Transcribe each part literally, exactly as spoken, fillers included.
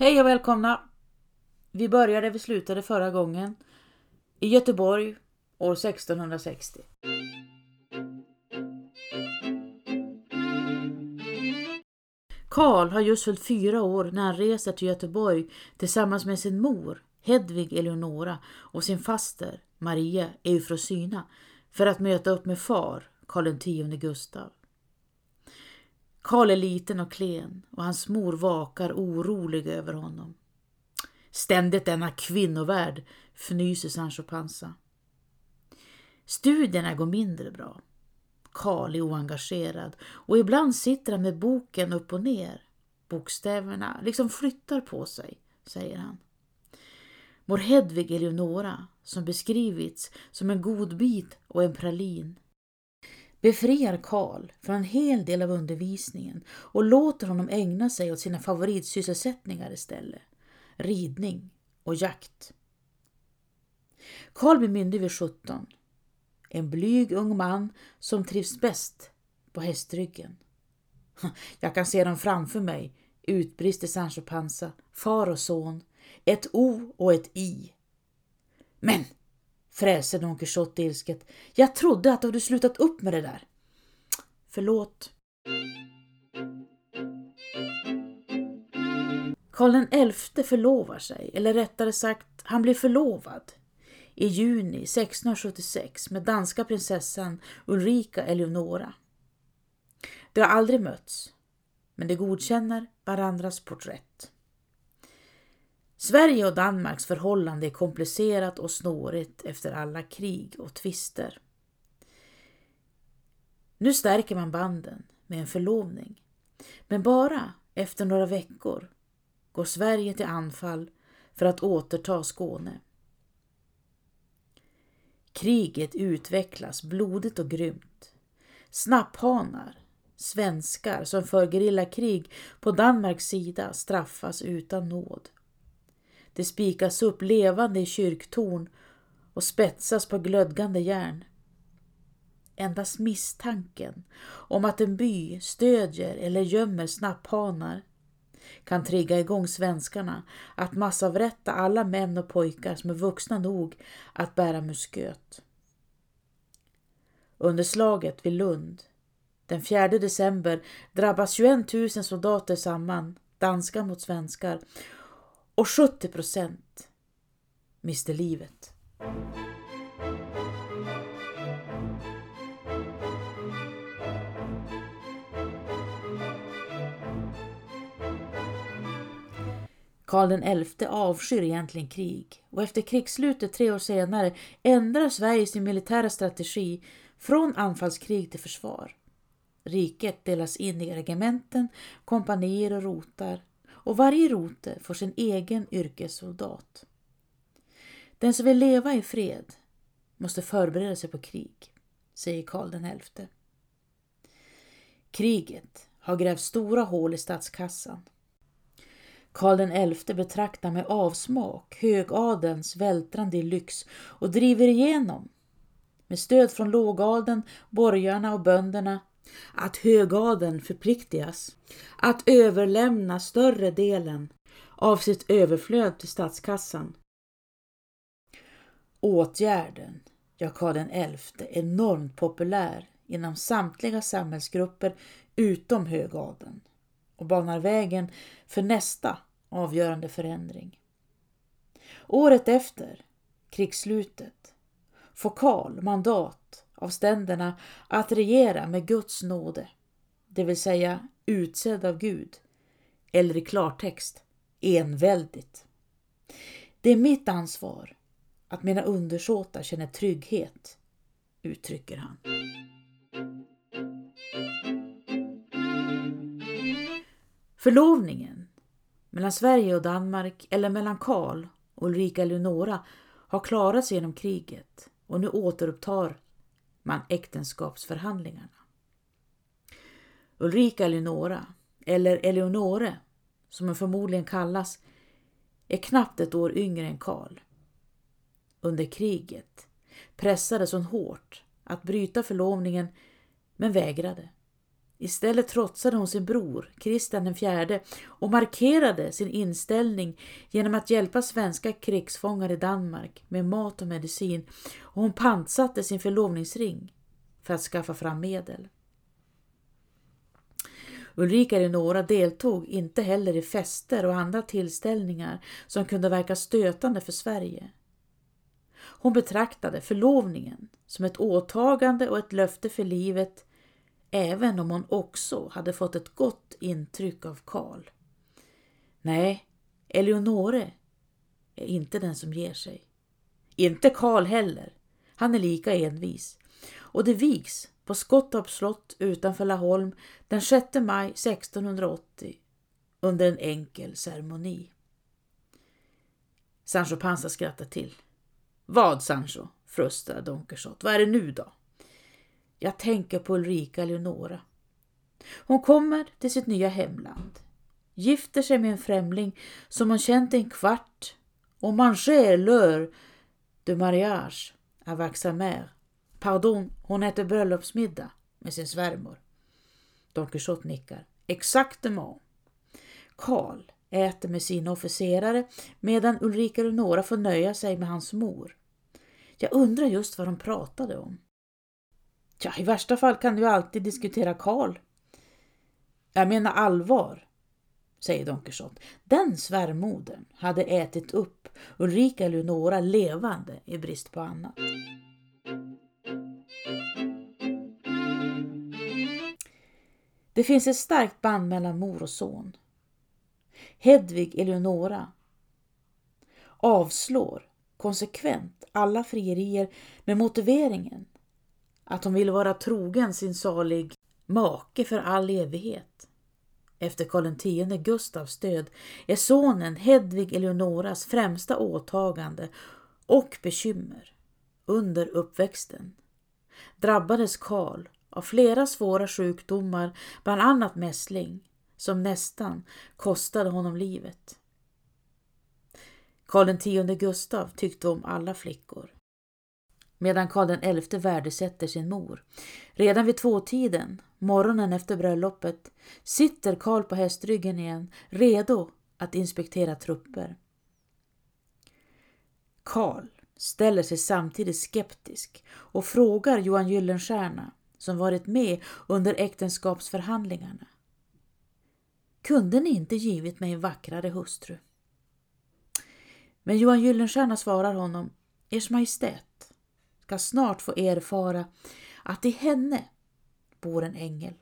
Hej och välkomna! Vi började där vi slutade förra gången, i Göteborg år sextonhundrasextio. Karl har just fyllt fyra år när han reser till Göteborg tillsammans med sin mor, Hedvig Eleonora, och sin faster, Maria Eufrosyna, för att möta upp med far, Karl den tionde Gustav. Karl är liten och klen och hans mor vakar orolig över honom. Ständigt denna kvinnovärld, fnyser Sancho Panza. Studierna går mindre bra. Karl är oengagerad och ibland sitter han med boken upp och ner. Bokstäverna liksom flyttar på sig, säger han. Mor Hedvig Eleonora, som beskrivits som en god bit och en pralin, befriar Karl från en hel del av undervisningen och låter honom ägna sig åt sina favoritsysselsättningar istället. Ridning och jakt. Karl blir myndig vid sjutton. En blyg ung man som trivs bäst på hästryggen. Jag kan se dem framför mig, utbrister Sancho Panza, far och son, ett O och ett I. Men, fräser Don Quixote ilsket, jag trodde att du hade slutat upp med det där. Förlåt. Karl den elfte förlovar sig, eller rättare sagt, han blir förlovad i juni sextonhundrasjuttiosex med danska prinsessan Ulrika Eleonora. De har aldrig mötts, men de godkänner varandras porträtt. Sverige och Danmarks förhållande är komplicerat och snårigt efter alla krig och tvister. Nu stärker man banden med en förlovning, men bara efter några veckor går Sverige till anfall för att återta Skåne. Kriget utvecklas blodigt och grymt. Snapphanar, svenskar som för gerillakrig på Danmarks sida, straffas utan nåd. Det spikas upp levande i kyrktorn och spetsas på glödgande järn. Endast misstanken om att en by stödjer eller gömmer snapphanar kan trigga igång svenskarna att massavrätta alla män och pojkar som är vuxna nog att bära musköt. Under slaget vid Lund den fjärde december drabbas tjugoett tusen soldater samman, danskar mot svenskar, och sjuttio procent mister livet. Karl den elfte avskyr egentligen krig, och efter krigsslutet tre år senare ändrar Sverige sin militära strategi från anfallskrig till försvar. Riket delas in i regementen, kompanier och rotar, och varje rote får sin egen yrkessoldat. Den som vill leva i fred måste förbereda sig på krig, säger Karl den elfte. Kriget har grävt stora hål i statskassan. Karl den elfte betraktar med avsmak högadelns vältrande i lyx och driver igenom, med stöd från lågadeln, borgarna och bönderna, att högadeln förpliktigas att överlämna större delen av sitt överflöd till statskassan. Åtgärden gör Karl den elfte enormt populär inom samtliga samhällsgrupper utom högadeln och banar vägen för nästa avgörande förändring. Året efter krigsslutet får Karl mandat av ständerna att regera med Guds nåde, det vill säga utsedd av Gud, eller i klartext enväldigt. Det är mitt ansvar att mina undersåtar känner trygghet, uttrycker han. Förlovningen mellan Sverige och Danmark, eller mellan Karl och Ulrika Eleonora, har klarat sig genom kriget, och nu återupptar man äktenskapsförhandlingarna. Ulrika Eleonora, eller Eleonore som hon förmodligen kallas, är knappt ett år yngre än Karl. Under kriget pressades hon hårt att bryta förlovningen, men vägrade. Istället trotsade hon sin bror, Kristian den fjärde, och markerade sin inställning genom att hjälpa svenska krigsfångar i Danmark med mat och medicin, och hon pantsatte sin förlovningsring för att skaffa fram medel. Ulrika Eleonora deltog inte heller i fester och andra tillställningar som kunde verka stötande för Sverige. Hon betraktade förlovningen som ett åtagande och ett löfte för livet, även om hon också hade fått ett gott intryck av Karl. Nej, Eleonore är inte den som ger sig. Inte Karl heller. Han är lika envis. Och det vigs på Skottorp slott utanför Laholm den sjätte maj sextonhundraåttio under en enkel ceremoni. Sancho Panza skrattar till. Vad, Sancho? Frustrar Don Quixote. Vad är det nu då? Jag tänker på Ulrika Eleonora. Hon kommer till sitt nya hemland. Gifter sig med en främling som hon känt en kvart och manger l'heure de mariage avec sa mère. Pardon, hon äter bröllopsmiddag med sin svärmor. Don Quixote nickar. Exactement. Karl äter med sina officerare medan Ulrika Eleonora får nöja sig med hans mor. Jag undrar just vad de pratade om. Ja, i värsta fall kan du alltid diskutera Karl. Jag menar allvar, säger Don Quixote. Den svärmodern hade ätit upp Ulrika Eleonora levande i brist på annat. Det finns ett starkt band mellan mor och son. Hedvig Eleonora avslår konsekvent alla frierier med motiveringen att hon vill vara trogen sin salig make för all evighet. Efter Karl den tionde Gustavs död är sonen Hedvig Eleonoras främsta åtagande och bekymmer. Under uppväxten drabbades Karl av flera svåra sjukdomar, bland annat mässling, som nästan kostade honom livet. Karl den tionde Gustav tyckte om alla flickor, medan Karl den elfte värdesätter sin mor. Redan vid tvåtiden, morgonen efter bröllopet, sitter Karl på hästryggen igen, redo att inspektera trupper. Karl ställer sig samtidigt skeptisk och frågar Johan Gyllenstierna, som varit med under äktenskapsförhandlingarna. Kunde ni inte givit mig en vackrare hustru? Men Johan Gyllenstierna svarar honom, Ers Majestät ska snart få erfara att i henne bor en ängel.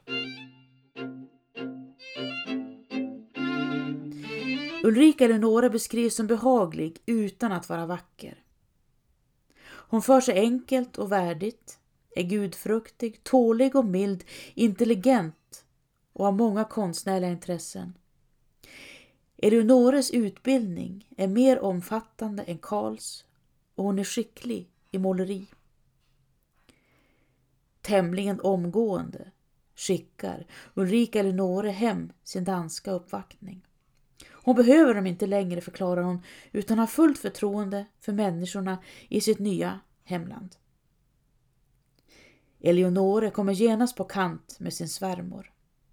Ulrika Eleonora beskrivs som behaglig utan att vara vacker. Hon för sig enkelt och värdigt, är gudfruktig, tålig och mild, intelligent och har många konstnärliga intressen. Eleonores utbildning är mer omfattande än Karls och hon är skicklig i måleri. Tämligen omgående skickar Ulrika Eleonora hem sin danska uppvaktning. Hon behöver dem inte längre, förklarar hon, utan har fullt förtroende för människorna i sitt nya hemland. Eleonore kommer genast på kant med sin svärmor.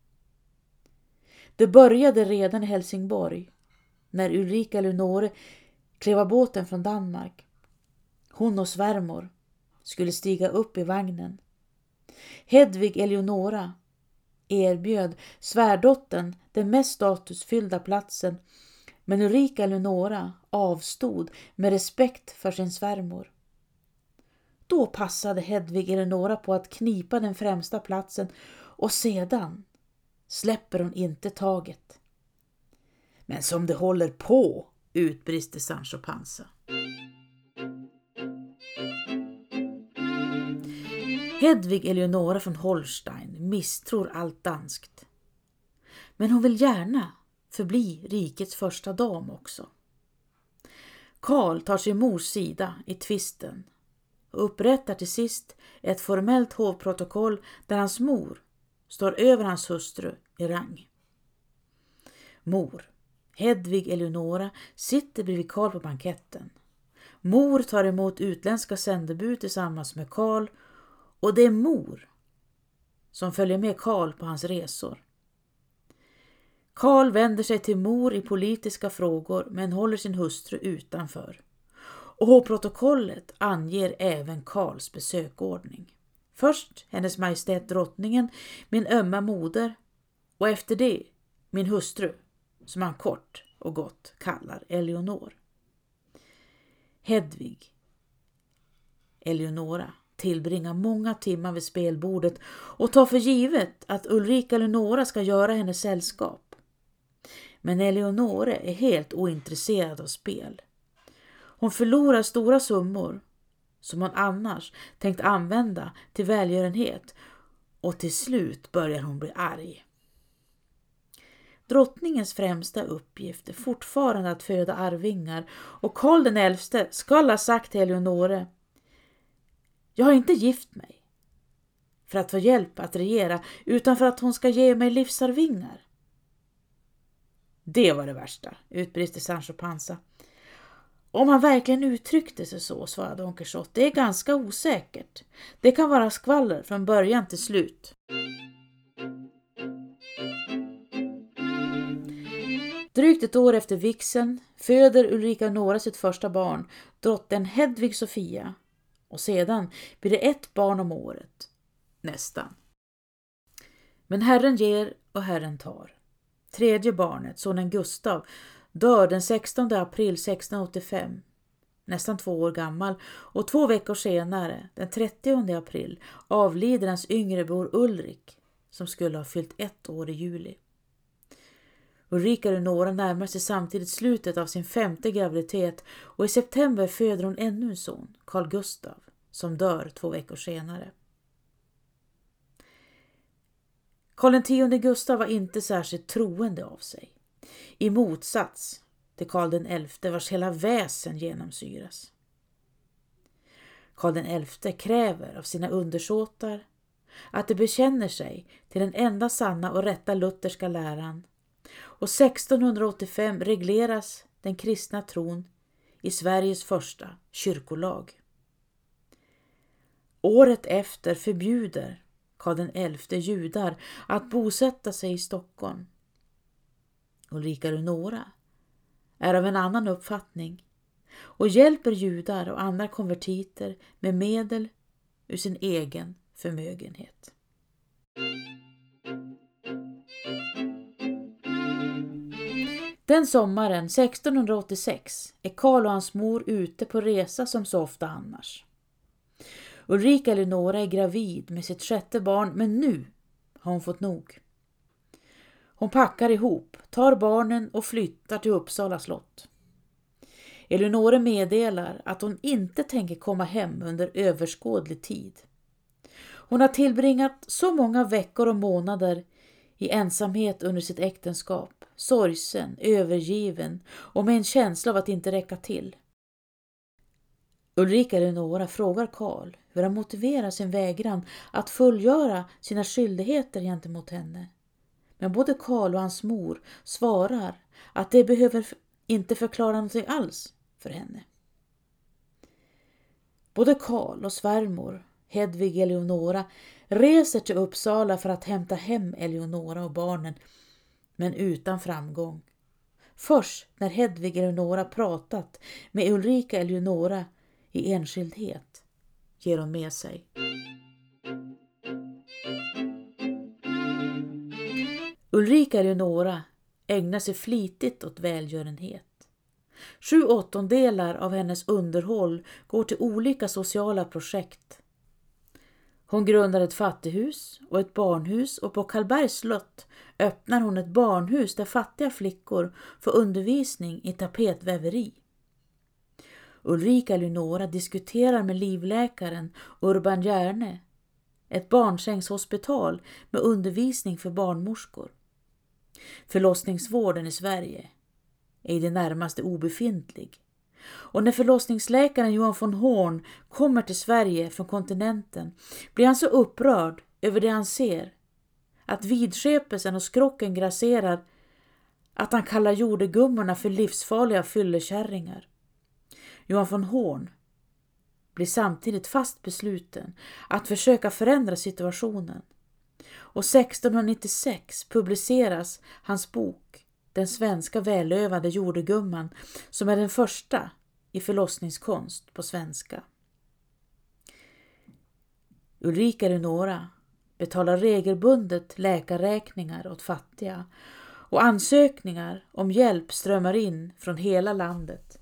Det började redan i Helsingborg när Ulrika Eleonore klev av båten från Danmark. Hon och svärmor skulle stiga upp i vagnen. Hedvig Eleonora erbjöd svärdottern den mest statusfyllda platsen, men Ulrika Eleonora avstod med respekt för sin svärmor. Då passade Hedvig Eleonora på att knipa den främsta platsen och sedan släpper hon inte taget. Men som det håller på, utbrister Sancho Panza. Hedvig Eleonora från Holstein misstror allt danskt. Men hon vill gärna förbli rikets första dam också. Karl tar sin mors sida i tvisten och upprättar till sist ett formellt hovprotokoll där hans mor står över hans hustru i rang. Mor, Hedvig Eleonora, sitter bredvid Karl på banketten. Mor tar emot utländska sändebud tillsammans med Karl, och det är mor som följer med Karl på hans resor. Karl vänder sig till mor i politiska frågor men håller sin hustru utanför. Och protokollet anger även Karls besökordning. Först hennes majestät drottningen, min ömma moder, och efter det min hustru, som han kort och gott kallar Eleonor. Hedvig, Eleonora, tillbringar många timmar vid spelbordet och tar för givet att Ulrika Eleonora ska göra henne sällskap. Men Eleonora är helt ointresserad av spel. Hon förlorar stora summor som hon annars tänkt använda till välgörenhet och till slut börjar hon bli arg. Drottningens främsta uppgift är fortfarande att föda arvingar och Karl den elfte skall ha sagt till Eleonora: jag har inte gift mig för att få hjälp att regera utan för att hon ska ge mig livsarvingar. Det var det värsta, utbrister Sancho Panza. Om han verkligen uttryckte sig så, svarade Don Quixote, det är ganska osäkert. Det kan vara skvaller från början till slut. Drygt ett år efter vigseln föder Ulrika Eleonora sitt första barn, drottning Hedvig Sofia. Och sedan blir det ett barn om året. Nästan. Men Herren ger och Herren tar. Tredje barnet, sonen Gustav, dör den sextonde april sextonhundraåttiofem, nästan två år gammal, och två veckor senare, den trettionde april, avlider hans yngre bror Ulrik, som skulle ha fyllt ett år i juli. Ulrika Eleonora närmar sig samtidigt slutet av sin femte graviditet och i september föder hon ännu en son, Carl Gustav, som dör två veckor senare. Karl den tionde Gustav var inte särskilt troende av sig, i motsats till Karl den elfte vars hela väsen genomsyras. Karl den elfte kräver av sina undersåtar att de bekänner sig till den enda sanna och rätta lutherska läran, och sextonhundraåttiofem regleras den kristna tron i Sveriges första kyrkolag. Året efter förbjuder Karl den elfte judar att bosätta sig i Stockholm. Ulrika Eleonora är av en annan uppfattning och hjälper judar och andra konvertiter med medel ur sin egen förmögenhet. Den sommaren sextonhundraåttiosex är Karl och hans mor ute på resa som så ofta annars. Ulrika Eleonora är gravid med sitt sjätte barn, men nu har hon fått nog. Hon packar ihop, tar barnen och flyttar till Uppsala slott. Eleonora meddelar att hon inte tänker komma hem under överskådlig tid. Hon har tillbringat så många veckor och månader i ensamhet under sitt äktenskap, sorgsen, övergiven och med en känsla av att inte räcka till. Ulrika Eleonora frågar Karl hur han motiverar sin vägran att fullgöra sina skyldigheter gentemot henne. Men både Karl och hans mor svarar att de behöver inte förklara någonting alls för henne. Både Karl och svärmor, Hedvig Eleonora, reser till Uppsala för att hämta hem Eleonora och barnen, men utan framgång. Först när Hedvig Eleonora pratat med Ulrika Eleonora i enskildhet ger hon med sig. Ulrika Eleonora ägnar sig flitigt åt välgörenhet. Sju åttondelar av hennes underhåll går till olika sociala projekt. Hon grundar ett fattighus och ett barnhus, och på Karlbergs slott öppnar hon ett barnhus där fattiga flickor får undervisning i tapetväveri. Ulrika Eleonora diskuterar med livläkaren Urban Järne ett barnsängshospital med undervisning för barnmorskor. Förlossningsvården i Sverige är i det närmaste obefintlig. Och när förlossningsläkaren Johan von Horn kommer till Sverige från kontinenten blir han så upprörd över det han ser att vidskepelsen och skrocken grasserar att han kallar jordegummorna för livsfarliga fyllekärringar. Johan von Horn blir samtidigt fast besluten att försöka förändra situationen. Och sextonhundranittiosex publiceras hans bok Den svenska välövade jordegumman, som är den första i förlossningskonst på svenska. Ulrika Eleonora betalar regelbundet läkarräkningar åt fattiga, och ansökningar om hjälp strömmar in från hela landet.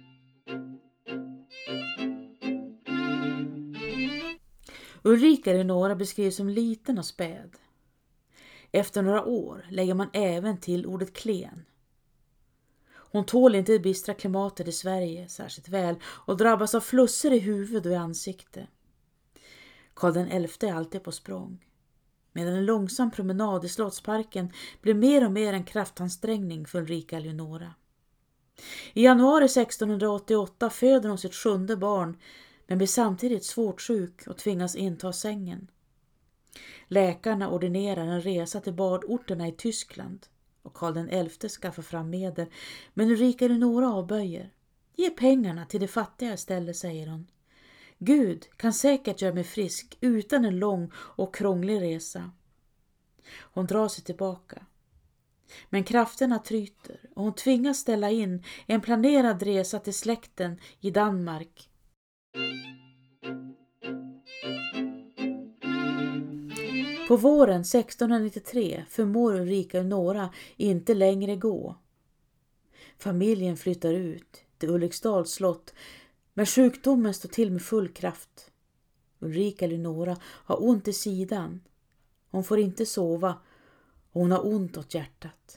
Ulrika Eleonora beskrivs som liten och späd. Efter några år lägger man även till ordet klen. Hon tål inte det bistra klimatet i Sverige särskilt väl och drabbas av flusser i huvud och i ansikte. Karl den elfte är alltid på språng, medan en långsam promenad i Slottsparken blir mer och mer en kraftansträngning för Ulrika Eleonora. I januari sextonhundraåttioåtta föder hon sitt sjunde barn, men blir samtidigt svårt sjuk och tvingas inta sängen. Läkarna ordinerar en resa till badorterna i Tyskland och Karl den elfte skaffar fram medel, men Ulrika Eleonora avböjer. Ge pengarna till de fattiga istället, säger hon. Gud kan säkert göra mig frisk utan en lång och krånglig resa. Hon drar sig tillbaka. Men krafterna tryter och hon tvingas ställa in en planerad resa till släkten i Danmark. På våren sextonhundranittiotre förmår Ulrika Eleonora inte längre gå. Familjen flyttar ut till Ulriksdals slott, men sjukdomen står till med full kraft. Ulrika Eleonora har ont i sidan. Hon får inte sova och hon har ont åt hjärtat.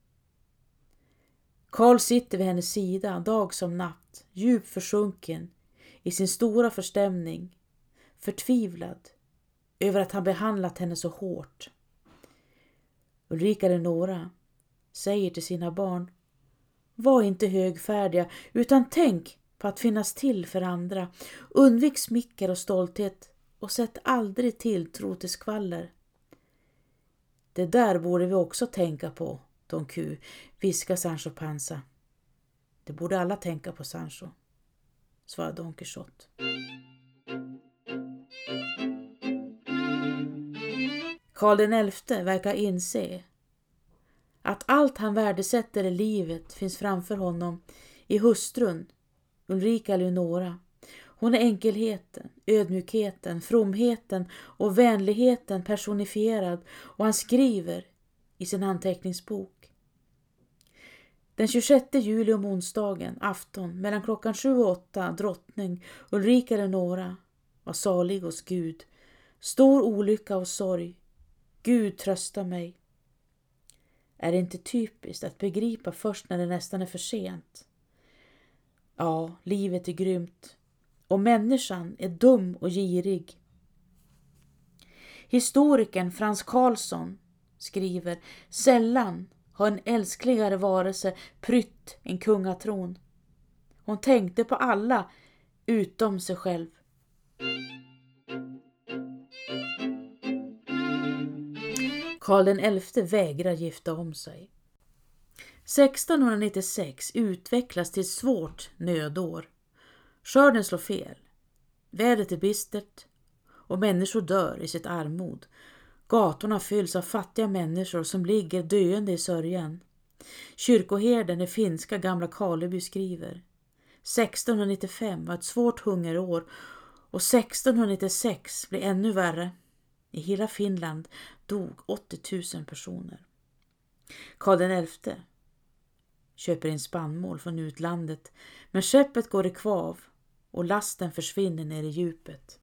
Karl sitter vid hennes sida dag som natt, djupt försjunken i sin stora förstämning, förtvivlad över att han behandlat henne så hårt. Ulrika Eleonora säger till sina barn: var inte högfärdiga, utan tänk på att finnas till för andra. Undvik smicker och stolthet och sätt aldrig tilltro till skvaller. Det där borde vi också tänka på, Don Q, viskar Sancho Panza. Det borde alla tänka på, Sancho, svarar Don Quixote. Karl den elfte verkar inse att allt han värdesätter i livet finns framför honom i hustrun Ulrika Eleonora. Hon är enkelheten, ödmjukheten, fromheten och vänligheten personifierad, och han skriver i sin anteckningsbok: den tjugosjätte juli om onsdagen, afton, mellan klockan sju och åtta, drottning Ulrika Eleonora var salig hos Gud. Stor olycka och sorg. Gud trösta mig. Är det inte typiskt att begripa först när det nästan är för sent? Ja, livet är grymt. Och människan är dum och girig. Historikern Frans Karlsson skriver: sällan har en älskligare varelse prytt en kungatron. Hon tänkte på alla utom sig själv. Karl den elfte vägrar gifta om sig. sextonhundranittiosex utvecklas till ett svårt nödår. Skörden slår fel. Vädret är bistert och människor dör i sitt armod. Gatorna fylls av fattiga människor som ligger döende i sörjan. Kyrkoherden i finska Gamla Karleby skriver: sextonhundranittiofem var ett svårt hungerår och sextonhundranittiosex blev ännu värre. I hela Finland dog åttio tusen personer. Karl den elfte köper in spannmål från utlandet, men skeppet går i kvav och lasten försvinner ner i djupet.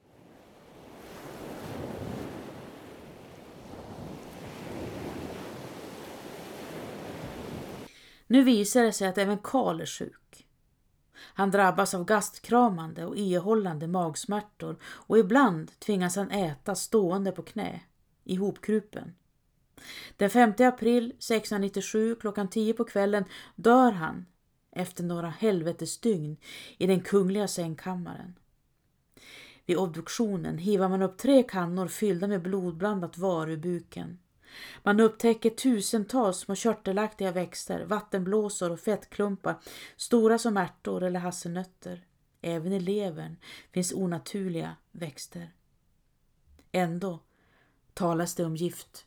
Nu visar det sig att även Karl är sjuk. Han drabbas av gastkramande och ihållande magsmärtor, och ibland tvingas han äta stående på knä, ihopkrupen. Den femte april sextonhundranittiosju klockan tio på kvällen dör han efter några helvetesdygn i den kungliga sängkammaren. Vid obduktionen hivar man upp tre kannor fyllda med blodblandat var ur buken. Man upptäcker tusentals små körtelaktiga växter, vattenblåsor och fettklumpar, stora som ärtor eller hasselnötter. Även i levern finns onaturliga växter. Ändå talas det om gift.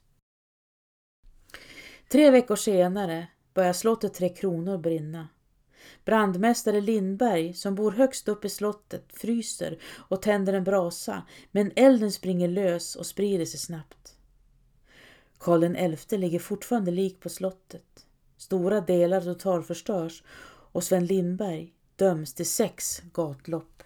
Tre veckor senare börjar slottet Tre Kronor brinna. Brandmästare Lindberg, som bor högst upp i slottet, fryser och tänder en brasa, men elden springer lös och sprider sig snabbt. Karl den elfte ligger fortfarande lik på slottet. Stora delar totalförstörs och Sven Lindberg döms till sex gatlopp.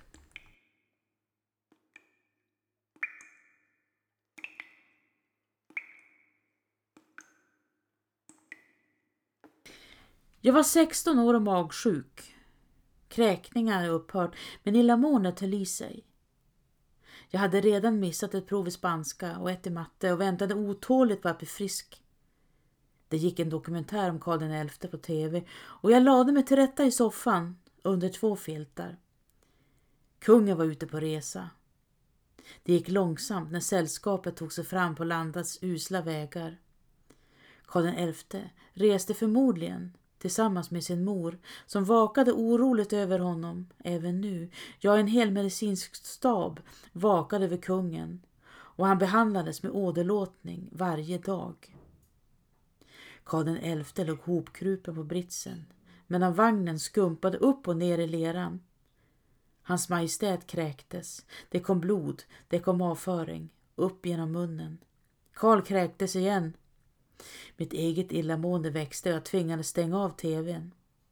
Jag var sexton år och magsjuk. Kräkningar hade upphört, men illamåendet höll i sig. Jag hade redan missat ett prov i spanska och ett i matte och väntade otåligt på att bli frisk. Det gick en dokumentär om Karl den elfte på tv och jag lade mig till rätta i soffan under två filtar. Kungen var ute på resa. Det gick långsamt när sällskapet tog sig fram på landets usla vägar. Karl den elfte reste förmodligen tillsammans med sin mor, som vakade oroligt över honom även nu. Ja, en hel medicinsk stab vakade över kungen och han behandlades med åderlåtning varje dag. Karl den elfte låg hopkrupen på britsen, medan vagnen skumpade upp och ner i leran. Hans majestät kräktes. Det kom blod, det kom avföring, upp genom munnen. Karl kräktes igen. Mitt eget illamående växte och jag tvingades stänga av tvn.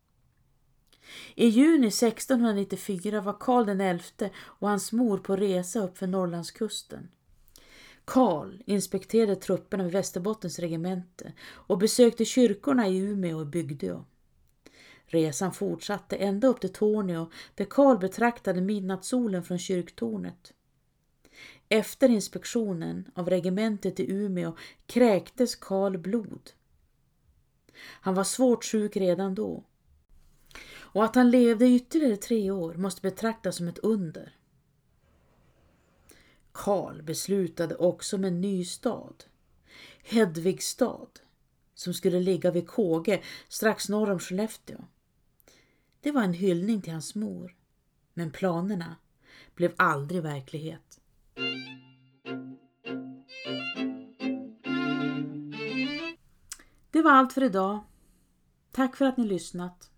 I juni sextonhundranittiofyra var Karl den elfte och hans mor på resa upp för Norrlandskusten. Karl inspekterade trupperna vid Västerbottens regemente och besökte kyrkorna i Umeå och Bygdeå. Resan fortsatte ända upp till Torneå där Karl betraktade midnattssolen från kyrktornet. Efter inspektionen av regementet i Umeå kräktes Karl blod. Han var svårt sjuk redan då. Och att han levde ytterligare tre år måste betraktas som ett under. Karl beslutade också om en ny stad, Hedvigstad, som skulle ligga vid Kåge strax norr om Skellefteå. Det var en hyllning till hans mor, men planerna blev aldrig verklighet. Det var allt för idag. Tack för att ni lyssnat.